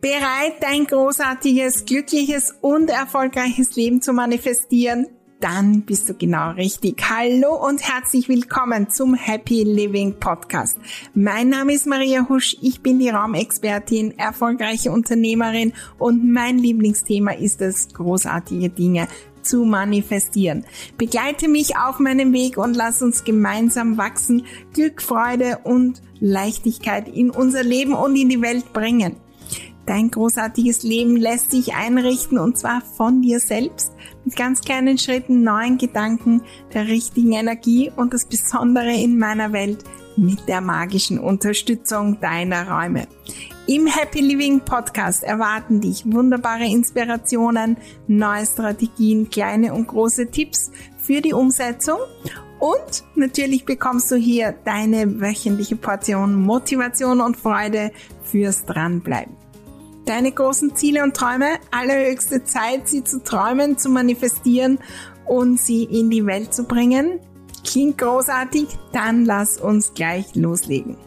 Bereit, dein großartiges, glückliches und erfolgreiches Leben zu manifestieren? Dann bist du genau richtig. Hallo und herzlich willkommen zum Happy Living Podcast. Mein Name ist Maria Husch, ich bin die Raumexpertin, erfolgreiche Unternehmerin und mein Lieblingsthema ist es, großartige Dinge zu manifestieren. Begleite mich auf meinem Weg und lass uns gemeinsam wachsen, Glück, Freude und Leichtigkeit in unser Leben und in die Welt bringen. Dein großartiges Leben lässt sich einrichten und zwar von dir selbst mit ganz kleinen Schritten, neuen Gedanken, der richtigen Energie und das Besondere in meiner Welt mit der magischen Unterstützung deiner Räume. Im Happy Living Podcast erwarten dich wunderbare Inspirationen, neue Strategien, kleine und große Tipps für die Umsetzung und natürlich bekommst du hier deine wöchentliche Portion Motivation und Freude fürs Dranbleiben. Deine großen Ziele und Träume, allerhöchste Zeit, sie zu träumen, zu manifestieren und sie in die Welt zu bringen. Klingt großartig? Dann lass uns gleich loslegen.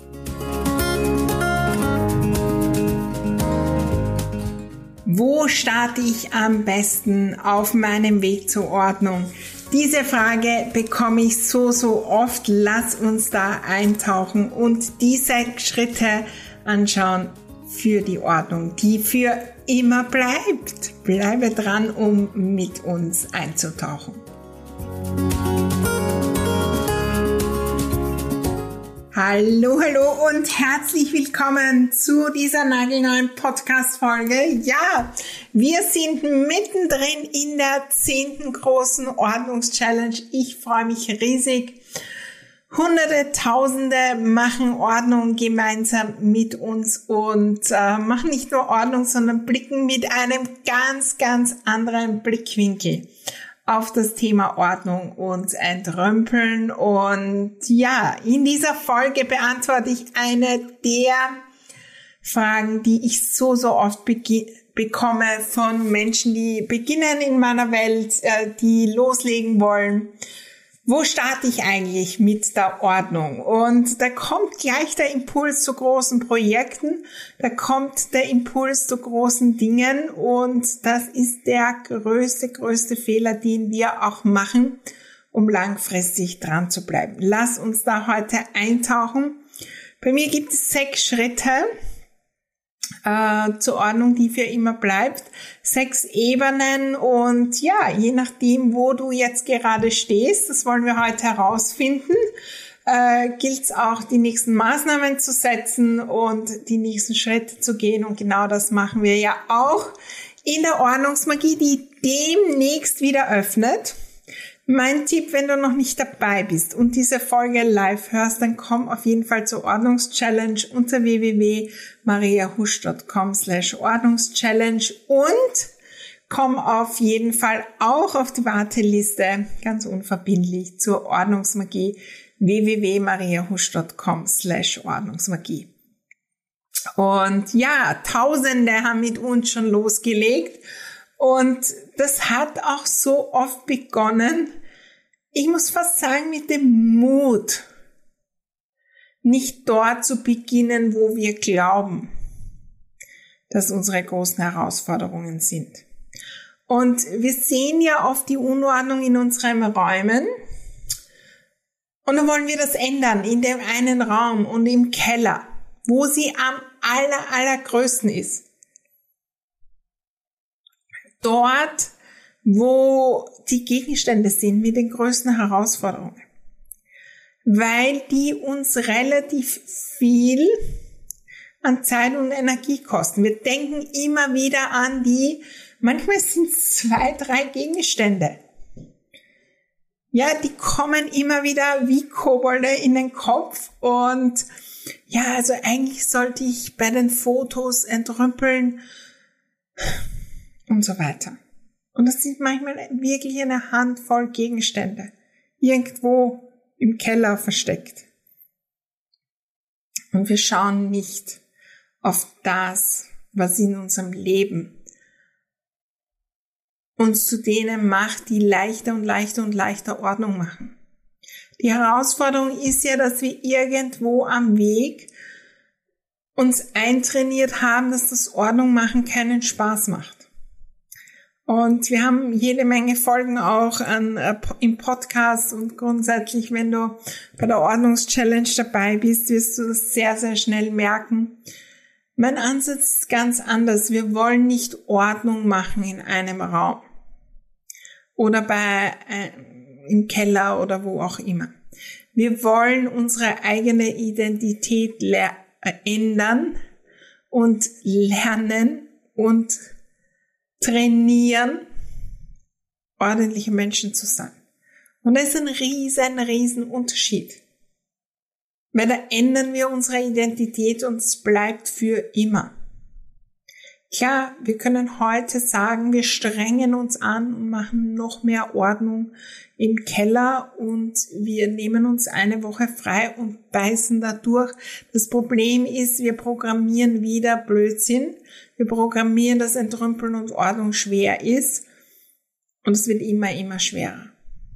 Wo starte ich am besten auf meinem Weg zur Ordnung? Diese Frage bekomme ich so oft. Lass uns da eintauchen und diese Schritte anschauen für die Ordnung, die für immer bleibt. Bleibe dran, um mit uns einzutauchen. Hallo und herzlich willkommen zu dieser nagelneuen Podcast-Folge. Ja, wir sind mittendrin in der 10. großen Ordnungs-Challenge. Ich freue mich riesig. Hunderte, Tausende machen Ordnung gemeinsam mit uns und machen nicht nur Ordnung, sondern blicken mit einem ganz anderen Blickwinkel auf das Thema Ordnung und Entrümpeln. Und ja, in dieser Folge beantworte ich eine der Fragen, die ich so oft bekomme von Menschen, die beginnen in meiner Welt, die loslegen wollen. Wo starte ich eigentlich mit der Ordnung? Und da kommt gleich der Impuls zu großen Projekten, da kommt der Impuls zu großen Dingen und das ist der größte Fehler, den wir auch machen, um langfristig dran zu bleiben. Lass uns da heute eintauchen. Bei mir gibt es 6 Schritte zur Ordnung, die für immer bleibt. 6 Ebenen und ja, je nachdem, wo du jetzt gerade stehst, das wollen wir heute herausfinden, gilt es auch, die nächsten Maßnahmen zu setzen und die nächsten Schritte zu gehen und genau das machen wir ja auch in der Ordnungsmagie, die demnächst wieder öffnet. Mein Tipp, wenn du noch nicht dabei bist und diese Folge live hörst, dann komm auf jeden Fall zur Ordnungschallenge unter www.mariahusch.com/Ordnungschallenge und komm auf jeden Fall auch auf die Warteliste, ganz unverbindlich, zur Ordnungsmagie www.mariahusch.com/Ordnungsmagie. Und ja, Tausende haben mit uns schon losgelegt. Und das hat auch so oft begonnen, ich muss fast sagen, mit dem Mut, nicht dort zu beginnen, wo wir glauben, dass unsere großen Herausforderungen sind. Und wir sehen ja oft die Unordnung in unseren Räumen und dann wollen wir das ändern in dem einen Raum und im Keller, wo sie am allergrößten ist. Dort, wo die Gegenstände sind mit den größten Herausforderungen, weil die uns relativ viel an Zeit und Energie kosten. Wir denken immer wieder an manchmal sind es 2, 3 Gegenstände. Ja, die kommen immer wieder wie Kobolde in den Kopf und ja, also eigentlich sollte ich bei den Fotos entrümpeln und so weiter. Und das sind manchmal wirklich eine Handvoll Gegenstände, irgendwo im Keller versteckt. Und wir schauen nicht auf das, was in unserem Leben uns zu denen macht, die leichter Ordnung machen. Die Herausforderung ist ja, dass wir irgendwo am Weg uns eintrainiert haben, dass das Ordnung machen keinen Spaß macht. Und wir haben jede Menge Folgen auch im Podcast und grundsätzlich, wenn du bei der Ordnungschallenge dabei bist, wirst du das sehr, sehr schnell merken. Mein Ansatz ist ganz anders. Wir wollen nicht Ordnung machen in einem Raum oder im Keller oder wo auch immer. Wir wollen unsere eigene Identität ändern und lernen und trainieren, ordentliche Menschen zu sein. Und das ist ein riesen Unterschied. Weil da ändern wir unsere Identität und es bleibt für immer. Klar, wir können heute sagen, wir strengen uns an und machen noch mehr Ordnung im Keller und wir nehmen uns eine Woche frei und beißen da durch. Das Problem ist, wir programmieren wieder Blödsinn. Wir programmieren, dass Entrümpeln und Ordnung schwer ist und es wird immer schwerer.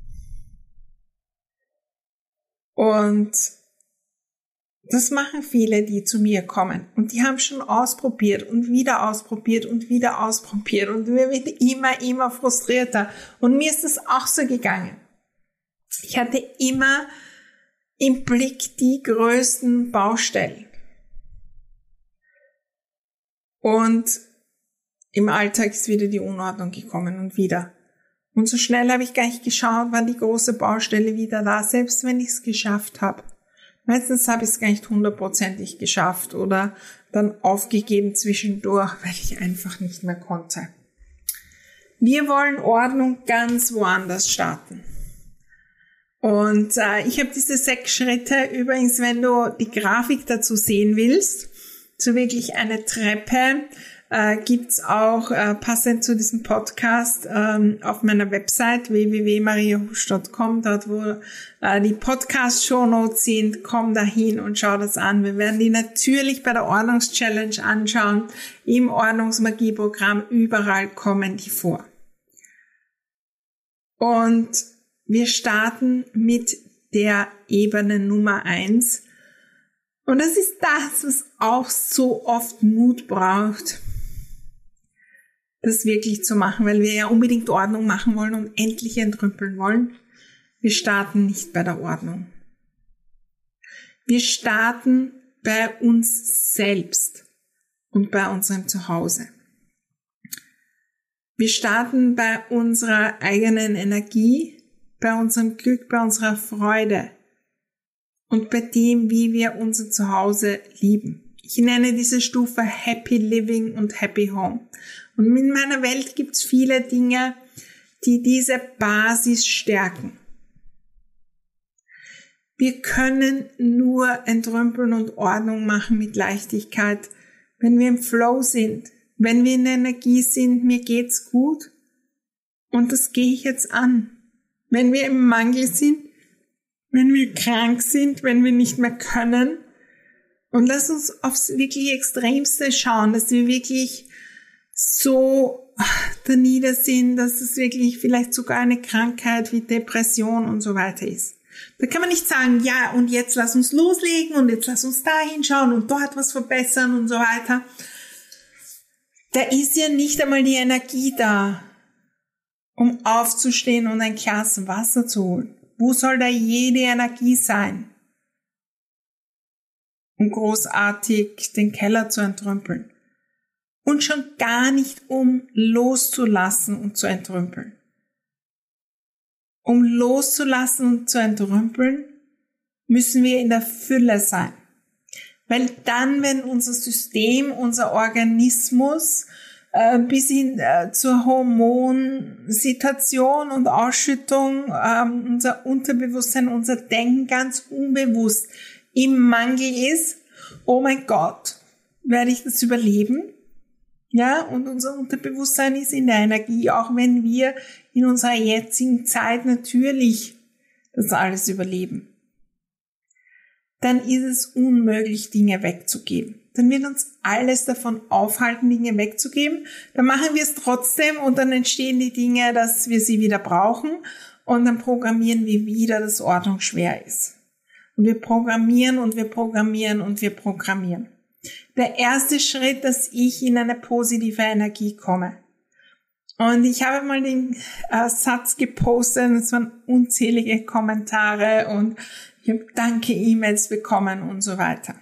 Und das machen viele, die zu mir kommen. Und die haben schon ausprobiert und wieder ausprobiert und wieder ausprobiert. Und mir wird immer frustrierter. Und mir ist es auch so gegangen. Ich hatte immer im Blick die größten Baustellen. Und im Alltag ist wieder die Unordnung gekommen und wieder. Und so schnell habe ich gar nicht geschaut, war die große Baustelle wieder da, selbst wenn ich es geschafft habe. Meistens habe ich es gar nicht 100% geschafft oder dann aufgegeben zwischendurch, weil ich einfach nicht mehr konnte. Wir wollen Ordnung ganz woanders starten. Und ich habe diese 6 Schritte, übrigens, wenn du die Grafik dazu sehen willst, so wirklich eine Treppe, gibt's auch passend zu diesem Podcast auf meiner Website www.mariahusch.com, dort wo die Podcast-Shownotes sind, komm dahin und schau das an. Wir werden die natürlich bei der Ordnungschallenge anschauen, im Ordnungsmagie-Programm, überall kommen die vor. Und wir starten mit der Ebene Nummer 1. Und das ist das, was auch so oft Mut braucht, das wirklich zu machen, weil wir ja unbedingt Ordnung machen wollen und endlich entrümpeln wollen. Wir starten nicht bei der Ordnung. Wir starten bei uns selbst und bei unserem Zuhause. Wir starten bei unserer eigenen Energie, bei unserem Glück, bei unserer Freude und bei dem, wie wir unser Zuhause lieben. Ich nenne diese Stufe Happy Living und Happy Home. Und in meiner Welt gibt es viele Dinge, die diese Basis stärken. Wir können nur entrümpeln und Ordnung machen mit Leichtigkeit, wenn wir im Flow sind, wenn wir in der Energie sind, mir geht's gut und das gehe ich jetzt an. Wenn wir im Mangel sind, wenn wir krank sind, wenn wir nicht mehr können. Und lass uns aufs wirklich Extremste schauen, dass wir wirklich so da nieder sind, dass es wirklich vielleicht sogar eine Krankheit wie Depression und so weiter ist. Da kann man nicht sagen, ja, und jetzt lass uns loslegen und jetzt lass uns da hinschauen und dort was verbessern und so weiter. Da ist ja nicht einmal die Energie da, um aufzustehen und ein Glas Wasser zu holen. Wo soll da jede Energie sein, um großartig den Keller zu entrümpeln? Und schon gar nicht, um loszulassen und zu entrümpeln. Um loszulassen und zu entrümpeln, müssen wir in der Fülle sein. Weil dann, wenn unser System, unser Organismus bis hin zur Hormonsituation und Ausschüttung, unser Unterbewusstsein, unser Denken ganz unbewusst im Mangel ist, oh mein Gott, werde ich das überleben? Ja, und unser Unterbewusstsein ist in der Energie, auch wenn wir in unserer jetzigen Zeit natürlich das alles überleben. Dann ist es unmöglich, Dinge wegzugeben. Dann wird uns alles davon aufhalten, Dinge wegzugeben. Dann machen wir es trotzdem und dann entstehen die Dinge, dass wir sie wieder brauchen und dann programmieren wir wieder, dass Ordnung schwer ist. Und wir programmieren und wir programmieren und wir programmieren. der erste Schritt, dass ich in eine positive Energie komme. Und ich habe mal den Satz gepostet, es waren unzählige Kommentare und ich habe Danke-E-Mails bekommen und so weiter.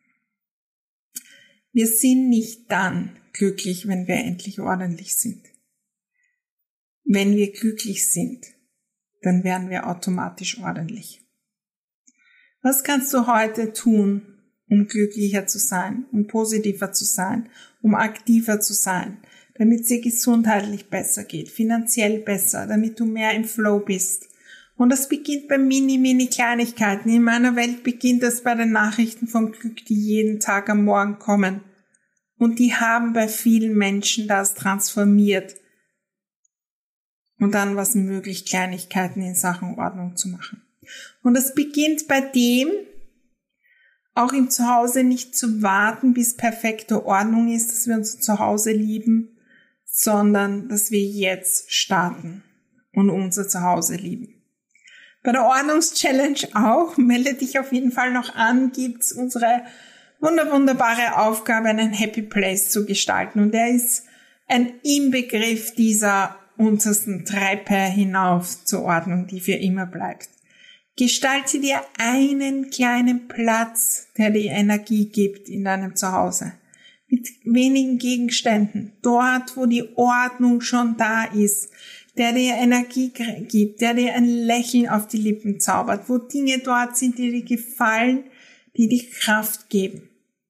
Wir sind nicht dann glücklich, wenn wir endlich ordentlich sind. Wenn wir glücklich sind, dann werden wir automatisch ordentlich. Was kannst du heute tun, um glücklicher zu sein, um positiver zu sein, um aktiver zu sein, damit es dir gesundheitlich besser geht, finanziell besser, damit du mehr im Flow bist? Und das beginnt bei mini Kleinigkeiten. In meiner Welt beginnt das bei den Nachrichten vom Glück, die jeden Tag am Morgen kommen. Und die haben bei vielen Menschen das transformiert. Und dann war es möglich, Kleinigkeiten in Sachen Ordnung zu machen. Und das beginnt bei dem, auch im Zuhause nicht zu warten, bis perfekte Ordnung ist, dass wir unser Zuhause lieben, sondern dass wir jetzt starten und unser Zuhause lieben. Bei der Ordnungschallenge auch, melde dich auf jeden Fall noch an, gibt's unsere wunderbare Aufgabe, einen Happy Place zu gestalten. Und der ist ein Inbegriff dieser untersten Treppe hinauf zur Ordnung, die für immer bleibt. Gestalte dir einen kleinen Platz, der dir Energie gibt in deinem Zuhause. Mit wenigen Gegenständen. Dort, wo die Ordnung schon da ist. Der dir Energie gibt, der dir ein Lächeln auf die Lippen zaubert. Wo Dinge dort sind, die dir gefallen, die dir Kraft geben.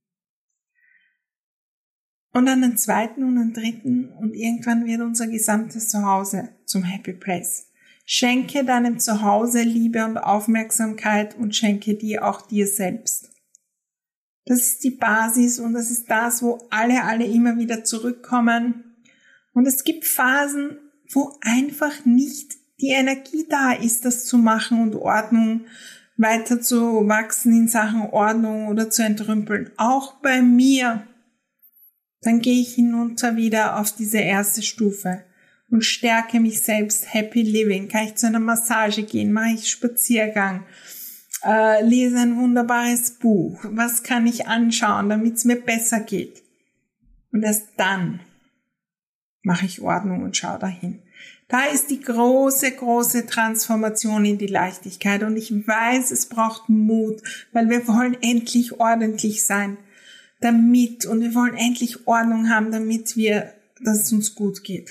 Und dann einen zweiten und einen dritten und irgendwann wird unser gesamtes Zuhause zum Happy Place. Schenke deinem Zuhause Liebe und Aufmerksamkeit und schenke die auch dir selbst. Das ist die Basis und das ist das, wo alle immer wieder zurückkommen. Und es gibt Phasen, wo einfach nicht die Energie da ist, das zu machen und Ordnung weiter zu wachsen in Sachen Ordnung oder zu entrümpeln. Auch bei mir. Dann gehe ich hinunter wieder auf diese erste Stufe und stärke mich selbst. Happy Living. Kann ich zu einer Massage gehen? Mache ich Spaziergang? Lese ein wunderbares Buch. Was kann ich anschauen, damit es mir besser geht? Und erst dann mache ich Ordnung und schaue dahin. Da ist die große Transformation in die Leichtigkeit. Und ich weiß, es braucht Mut, weil wir wollen endlich ordentlich sein. Und wir wollen endlich Ordnung haben, dass es uns gut geht.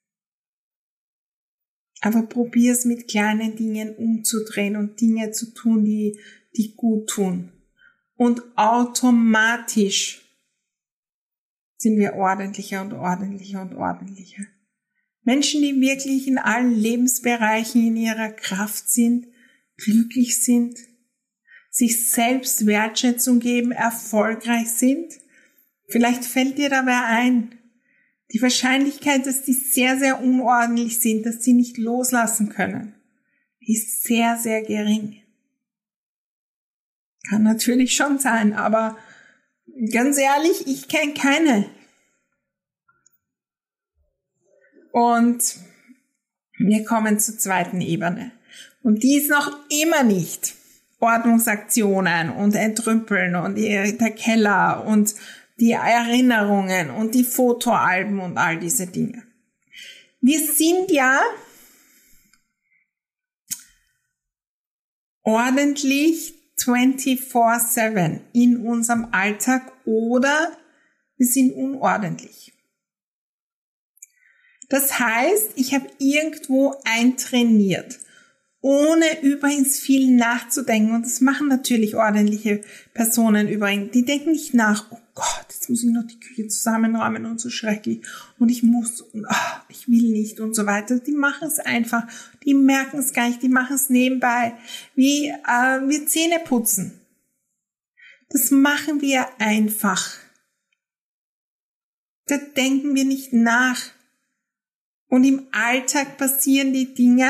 Aber probier es mit kleinen Dingen umzudrehen und Dinge zu tun, die gut tun. Und automatisch sind wir ordentlicher und ordentlicher und ordentlicher. Menschen, die wirklich in allen Lebensbereichen in ihrer Kraft sind, glücklich sind, sich selbst Wertschätzung geben, erfolgreich sind. Vielleicht fällt dir dabei ein, die Wahrscheinlichkeit, dass die sehr unordentlich sind, dass sie nicht loslassen können, ist sehr gering. Kann natürlich schon sein, aber ganz ehrlich, ich kenne keine. Und wir kommen zur zweiten Ebene. Und die ist noch immer nicht Ordnungsaktionen und Entrümpeln und der Keller und die Erinnerungen und die Fotoalben und all diese Dinge. Wir sind ja ordentlich 24/7 in unserem Alltag oder wir sind unordentlich. Das heißt, ich habe irgendwo eintrainiert, ohne übrigens viel nachzudenken. Und das machen natürlich ordentliche Personen übrigens. Die denken nicht nach, oh Gott, jetzt muss ich noch die Küche zusammenräumen und so schrecklich. Und ich muss und ich will nicht und so weiter. Die machen es einfach. Die merken es gar nicht. Die machen es nebenbei. Wie wir Zähne putzen. Das machen wir einfach. Da denken wir nicht nach. Und im Alltag passieren die Dinge,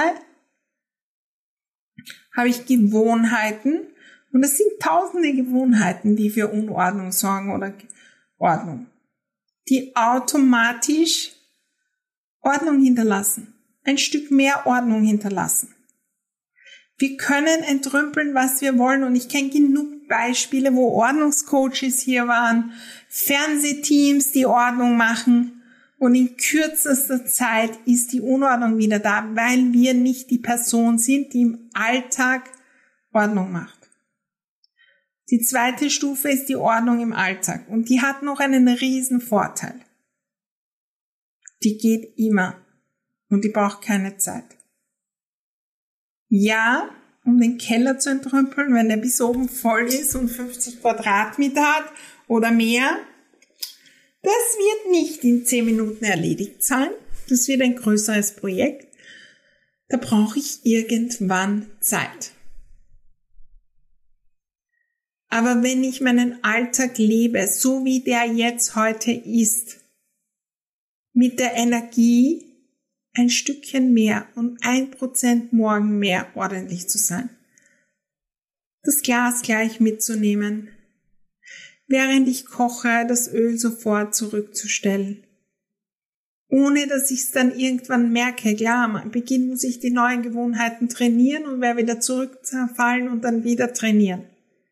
habe ich Gewohnheiten und es sind tausende Gewohnheiten, die für Unordnung sorgen oder Ordnung, die automatisch Ordnung hinterlassen, ein Stück mehr Ordnung hinterlassen. Wir können entrümpeln, was wir wollen, und ich kenne genug Beispiele, wo Ordnungscoaches hier waren, Fernsehteams, die Ordnung machen, und in kürzester Zeit ist die Unordnung wieder da, weil wir nicht die Person sind, die im Alltag Ordnung macht. Die zweite Stufe ist die Ordnung im Alltag, und die hat noch einen riesen Vorteil. Die geht immer und die braucht keine Zeit. Ja, um den Keller zu entrümpeln, wenn der bis oben voll ist und 50 Quadratmeter hat oder mehr, das wird nicht in 10 Minuten erledigt sein. Das wird ein größeres Projekt. Da brauche ich irgendwann Zeit. Aber wenn ich meinen Alltag lebe, so wie der jetzt heute ist, mit der Energie, ein Stückchen mehr und 1% morgen mehr ordentlich zu sein. Das Glas gleich mitzunehmen. Während ich koche, das Öl sofort zurückzustellen. Ohne dass ich es dann irgendwann merke. Klar, am Beginn muss ich die neuen Gewohnheiten trainieren und werde wieder zurückfallen und dann wieder trainieren.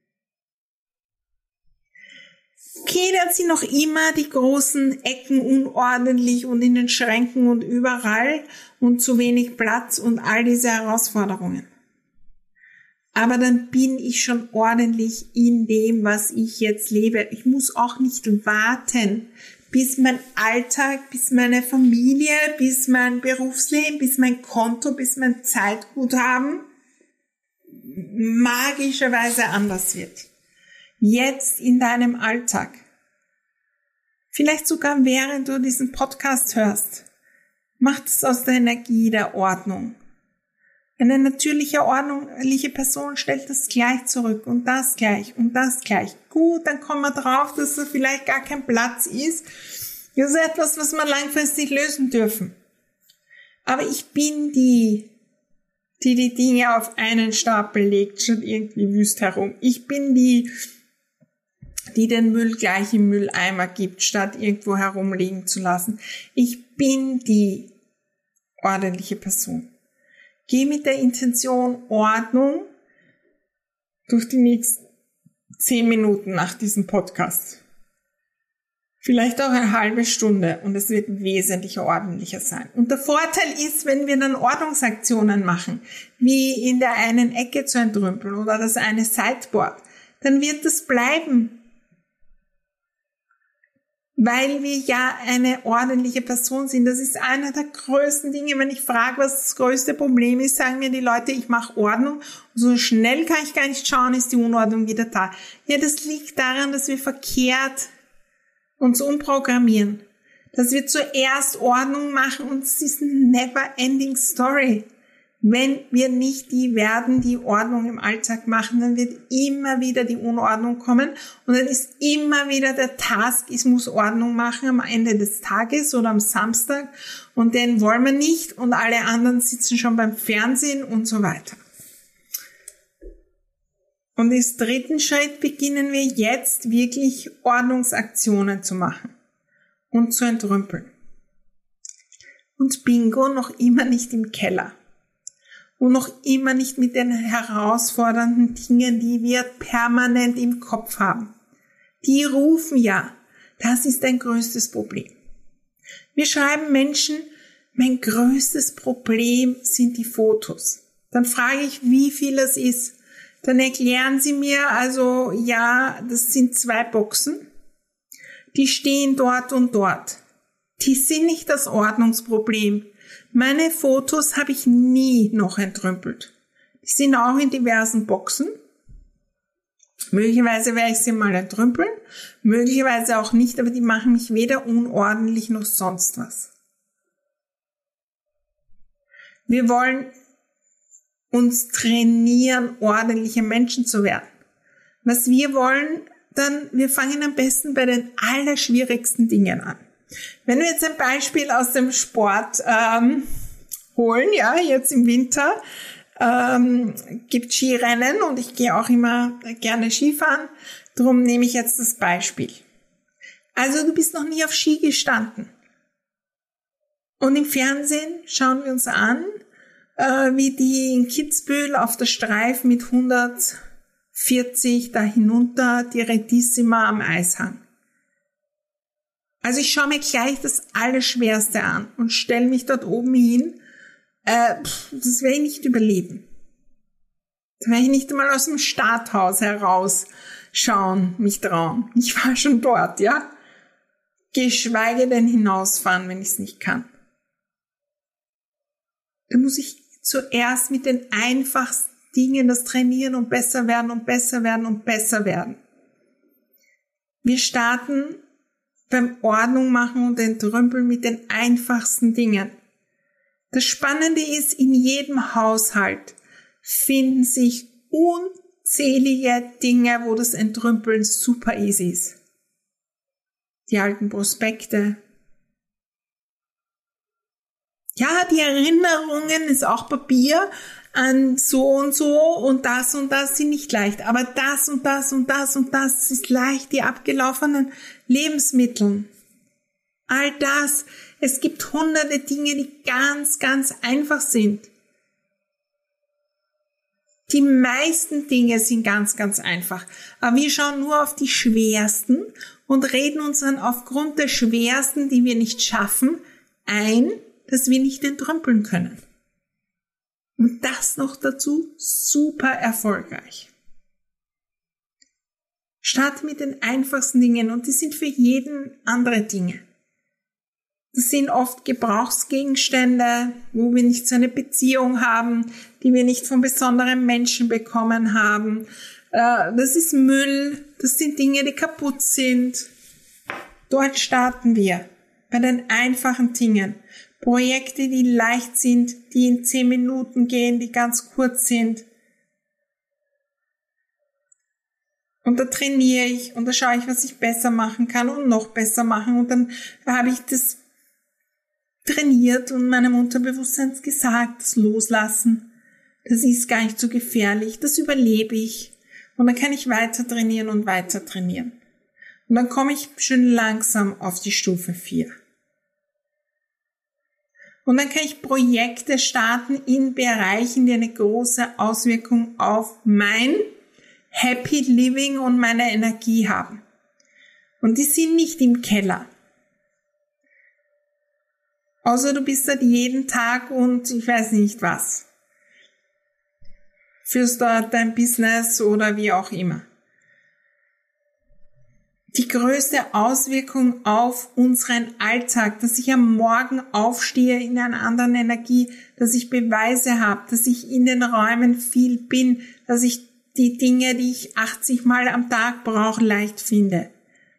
Okay, dann sind noch immer die großen Ecken unordentlich und in den Schränken und überall und zu wenig Platz und all diese Herausforderungen. Aber dann bin ich schon ordentlich in dem, was ich jetzt lebe. Ich muss auch nicht warten, bis mein Alltag, bis meine Familie, bis mein Berufsleben, bis mein Konto, bis mein Zeitguthaben magischerweise anders wird. Jetzt in deinem Alltag. Vielleicht sogar während du diesen Podcast hörst. Mach das aus der Energie der Ordnung. Eine natürliche, ordentliche Person stellt das gleich zurück und das gleich und das gleich. Gut, dann kommen wir drauf, dass da vielleicht gar kein Platz ist. Das ist etwas, was wir langfristig lösen dürfen. Aber ich bin die Dinge auf einen Stapel legt, statt irgendwie wüst herum. Ich bin die den Müll gleich im Mülleimer gibt, statt irgendwo herumliegen zu lassen. Ich bin die ordentliche Person. Geh mit der Intention Ordnung durch die nächsten 10 Minuten nach diesem Podcast. Vielleicht auch eine halbe Stunde, und es wird wesentlich ordentlicher sein. Und der Vorteil ist, wenn wir dann Ordnungsaktionen machen, wie in der einen Ecke zu entrümpeln oder das eine Sideboard, dann wird das bleiben. Weil wir ja eine ordentliche Person sind. Das ist einer der größten Dinge. Wenn ich frage, was das größte Problem ist, sagen mir die Leute, ich mache Ordnung. Und so schnell kann ich gar nicht schauen, ist die Unordnung wieder da. Ja, das liegt daran, dass wir verkehrt uns umprogrammieren. Dass wir zuerst Ordnung machen, und es ist eine never-ending story. Wenn wir nicht die werden, die Ordnung im Alltag machen, dann wird immer wieder die Unordnung kommen, und dann ist immer wieder der Task, ich muss Ordnung machen am Ende des Tages oder am Samstag, und den wollen wir nicht, und alle anderen sitzen schon beim Fernsehen und so weiter. Und im dritten Schritt beginnen wir jetzt wirklich Ordnungsaktionen zu machen und zu entrümpeln. Und bingo, noch immer nicht im Keller. Und noch immer nicht mit den herausfordernden Dingen, die wir permanent im Kopf haben. Die rufen ja. Das ist ein größtes Problem. Wir schreiben Menschen, mein größtes Problem sind die Fotos. Dann frage ich, wie viel es ist. Dann erklären sie mir, also ja, das sind 2 Boxen. Die stehen dort und dort. Die sind nicht das Ordnungsproblem. Meine Fotos habe ich nie noch entrümpelt. Die sind auch in diversen Boxen. Möglicherweise werde ich sie mal entrümpeln, möglicherweise auch nicht, aber die machen mich weder unordentlich noch sonst was. Wir wollen uns trainieren, ordentliche Menschen zu werden. Was wir wollen, dann, wir fangen am besten bei den allerschwierigsten Dingen an. Wenn wir jetzt ein Beispiel aus dem Sport holen, ja, jetzt im Winter gibt Skirennen, und ich gehe auch immer gerne Skifahren, darum nehme ich jetzt das Beispiel. Also du bist noch nie auf Ski gestanden. Und im Fernsehen schauen wir uns an, wie die in Kitzbühel auf der Streif mit 140 da hinunter, die Retissima am Eishang. Also ich schaue mir gleich das Allerschwerste an und stelle mich dort oben hin. Das werde ich nicht überleben. Da werde ich nicht einmal aus dem Starthaus herausschauen, mich trauen. Ich war schon dort, ja. Geschweige denn hinausfahren, wenn ich es nicht kann. Da muss ich zuerst mit den einfachsten Dingen das trainieren und besser werden und besser werden und besser werden. Wir starten beim Ordnung machen und Entrümpeln mit den einfachsten Dingen. Das Spannende ist, in jedem Haushalt finden sich unzählige Dinge, wo das Entrümpeln super easy ist. Die alten Prospekte. Ja, die Erinnerungen ist auch Papier an so und das sind nicht leicht. Aber das und das und das und das ist leicht, die abgelaufenen Lebensmittel. All das, es gibt hunderte Dinge, die ganz, ganz einfach sind. Die meisten Dinge sind ganz, ganz einfach. Aber wir schauen nur auf die schwersten und reden uns dann aufgrund der schwersten, die wir nicht schaffen, ein, dass wir nicht entrümpeln können. Und das noch dazu super erfolgreich. Starte mit den einfachsten Dingen und die sind für jeden andere Dinge. Das sind oft Gebrauchsgegenstände, wo wir nicht so eine Beziehung haben, die wir nicht von besonderen Menschen bekommen haben. Das ist Müll, das sind Dinge, die kaputt sind. Dort starten wir bei den einfachen Dingen. Projekte, die leicht sind, die in 10 Minuten gehen, die ganz kurz sind. Und da trainiere ich und da schaue ich, was ich besser machen kann und noch besser machen. Und dann habe ich das trainiert und meinem Unterbewusstsein gesagt, das Loslassen, das ist gar nicht so gefährlich, das überlebe ich. Und dann kann ich weiter trainieren und weiter trainieren. Und dann komme ich schön langsam auf die Stufe 4. Und dann kann ich Projekte starten in Bereichen, die eine große Auswirkung auf mein Happy Living und meine Energie haben. Und die sind nicht im Keller. Außer du bist dort jeden Tag und ich weiß nicht was. Führst dort dein Business oder wie auch immer. Die größte Auswirkung auf unseren Alltag, dass ich am Morgen aufstehe in einer anderen Energie, dass ich Beweise habe, dass ich in den Räumen viel bin, dass ich die Dinge, die ich 80 Mal am Tag brauche, leicht finde.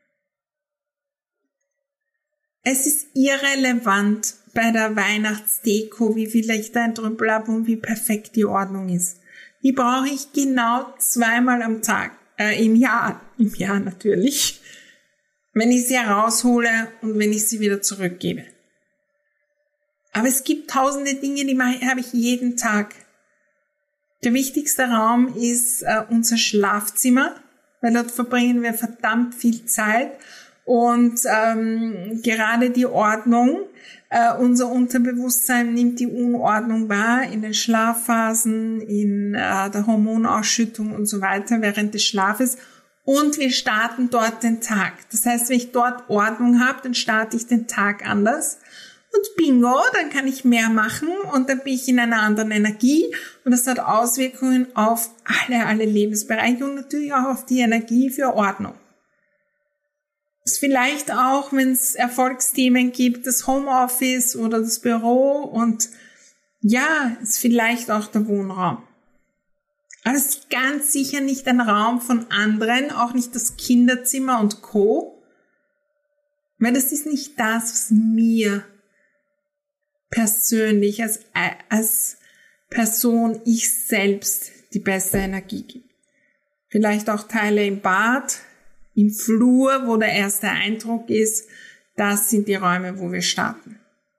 Es ist irrelevant bei der Weihnachtsdeko, wie viel ich da entrümpel habe und wie perfekt die Ordnung ist. Die brauche ich genau 2-mal am Tag, im Jahr natürlich, wenn ich sie heraushole und wenn ich sie wieder zurückgebe. Aber es gibt tausende Dinge, die habe ich jeden Tag. Der wichtigste Raum ist unser Schlafzimmer, weil dort verbringen wir verdammt viel Zeit und gerade die Ordnung, unser Unterbewusstsein nimmt die Unordnung wahr in den Schlafphasen, in der Hormonausschüttung und so weiter während des Schlafes und wir starten dort den Tag. Das heißt, wenn ich dort Ordnung habe, dann starte ich den Tag anders. Und bingo, dann kann ich mehr machen und dann bin ich in einer anderen Energie und das hat Auswirkungen auf alle Lebensbereiche und natürlich auch auf die Energie für Ordnung. Das ist vielleicht auch, wenn es Erfolgsthemen gibt, das Homeoffice oder das Büro und ja, ist vielleicht auch der Wohnraum. Aber es ist ganz sicher nicht ein Raum von anderen, auch nicht das Kinderzimmer und Co. Weil das ist nicht das, was mir persönlich als Person, ich selbst die beste Energie gibt. Vielleicht auch Teile im Bad, im Flur, wo der erste Eindruck ist. Das sind die Räume, wo wir starten.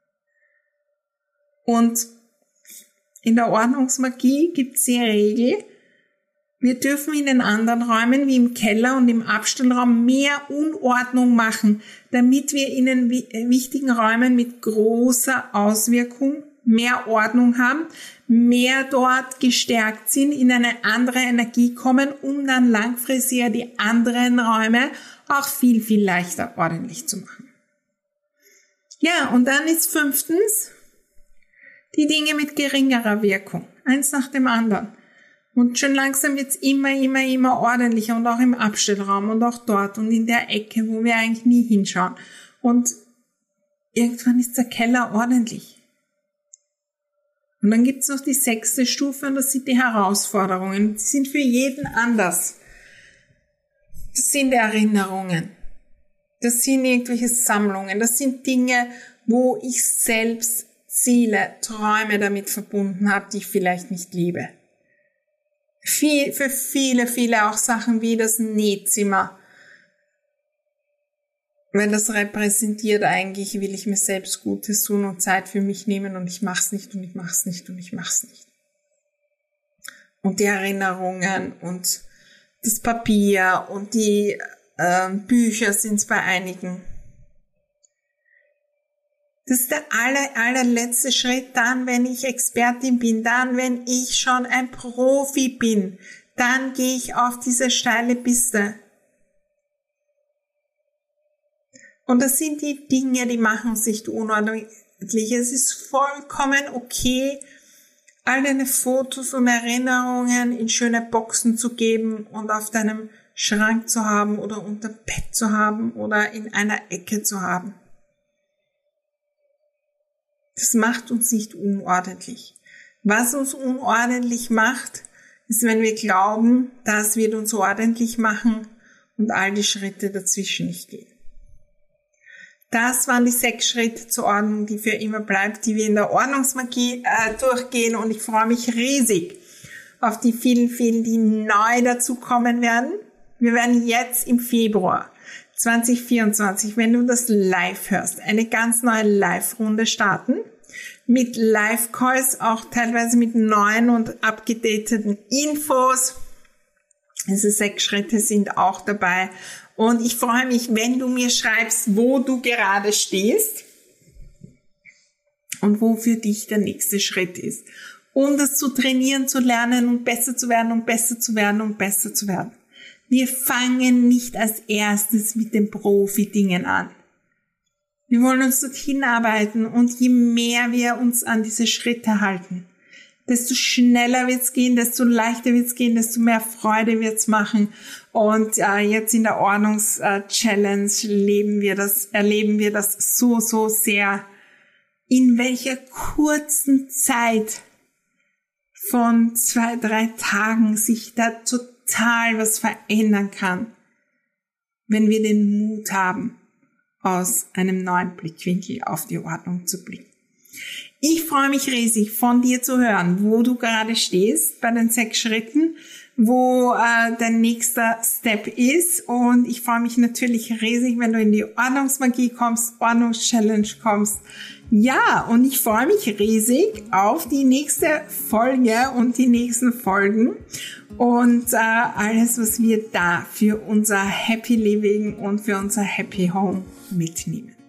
Und in der Ordnungsmagie gibt es die Regel, wir dürfen in den anderen Räumen wie im Keller und im Abstellraum mehr Unordnung machen, damit wir in den wichtigen Räumen mit großer Auswirkung mehr Ordnung haben, mehr dort gestärkt sind, in eine andere Energie kommen, um dann langfristig die anderen Räume auch viel, viel leichter ordentlich zu machen. Ja, und dann ist 5. die Dinge mit geringerer Wirkung. Eins nach dem anderen. Und schon langsam wird's immer ordentlicher und auch im Abstellraum und auch dort und in der Ecke, wo wir eigentlich nie hinschauen. Und irgendwann ist der Keller ordentlich. Und dann gibt's noch die 6. Stufe und das sind die Herausforderungen. Die sind für jeden anders. Das sind Erinnerungen. Das sind irgendwelche Sammlungen. Das sind Dinge, wo ich selbst Ziele, Träume damit verbunden habe, die ich vielleicht nicht liebe. Für viele auch Sachen wie das Nähzimmer. Weil das repräsentiert eigentlich, will ich mir selbst Gutes tun und Zeit für mich nehmen und ich mach's nicht und ich mach's nicht und ich mach's nicht. Und die Erinnerungen und das Papier und die Bücher sind's bei einigen. Das ist der allerletzte Schritt, dann, wenn ich Expertin bin, dann, wenn ich schon ein Profi bin, dann gehe ich auf diese steile Piste. Und das sind die Dinge, die machen sich unordentlich. Es ist vollkommen okay, all deine Fotos und Erinnerungen in schöne Boxen zu geben und auf deinem Schrank zu haben oder unter Bett zu haben oder in einer Ecke zu haben. Das macht uns nicht unordentlich. Was uns unordentlich macht, ist, wenn wir glauben, das wird uns ordentlich machen und all die Schritte dazwischen nicht gehen. Das waren die 6 Schritte zur Ordnung, die für immer bleibt, die wir in der Ordnungsmagie durchgehen und ich freue mich riesig auf die vielen, die neu dazukommen werden. Wir werden jetzt im Februar 2024, wenn du das live hörst, eine ganz neue Live-Runde starten. Mit Live-Calls, auch teilweise mit neuen und abgedateten Infos. Diese 6 Schritte sind auch dabei. Und ich freue mich, wenn du mir schreibst, wo du gerade stehst und wo für dich der nächste Schritt ist. Um das zu trainieren, zu lernen und besser zu werden und besser zu werden und besser zu werden. Wir fangen nicht als erstes mit den Profi-Dingen an. Wir wollen uns dorthin arbeiten und je mehr wir uns an diese Schritte halten, desto schneller wird's gehen, desto leichter wird's gehen, desto mehr Freude wird's machen. Und jetzt in der Ordnungs-Challenge erleben wir das so sehr, in welcher kurzen Zeit von 2-3 Tagen sich da total was verändern kann, wenn wir den Mut haben, aus einem neuen Blickwinkel auf die Ordnung zu blicken. Ich freue mich riesig, von dir zu hören, wo du gerade stehst bei den 6 Schritten, wo dein nächster Step ist. Und ich freue mich natürlich riesig, wenn du in die Ordnungsmagie kommst, Ordnungschallenge kommst. Ja, und ich freue mich riesig auf die nächste Folge und die nächsten Folgen und alles, was wir da für unser Happy Living und für unser Happy Home mitnehmen.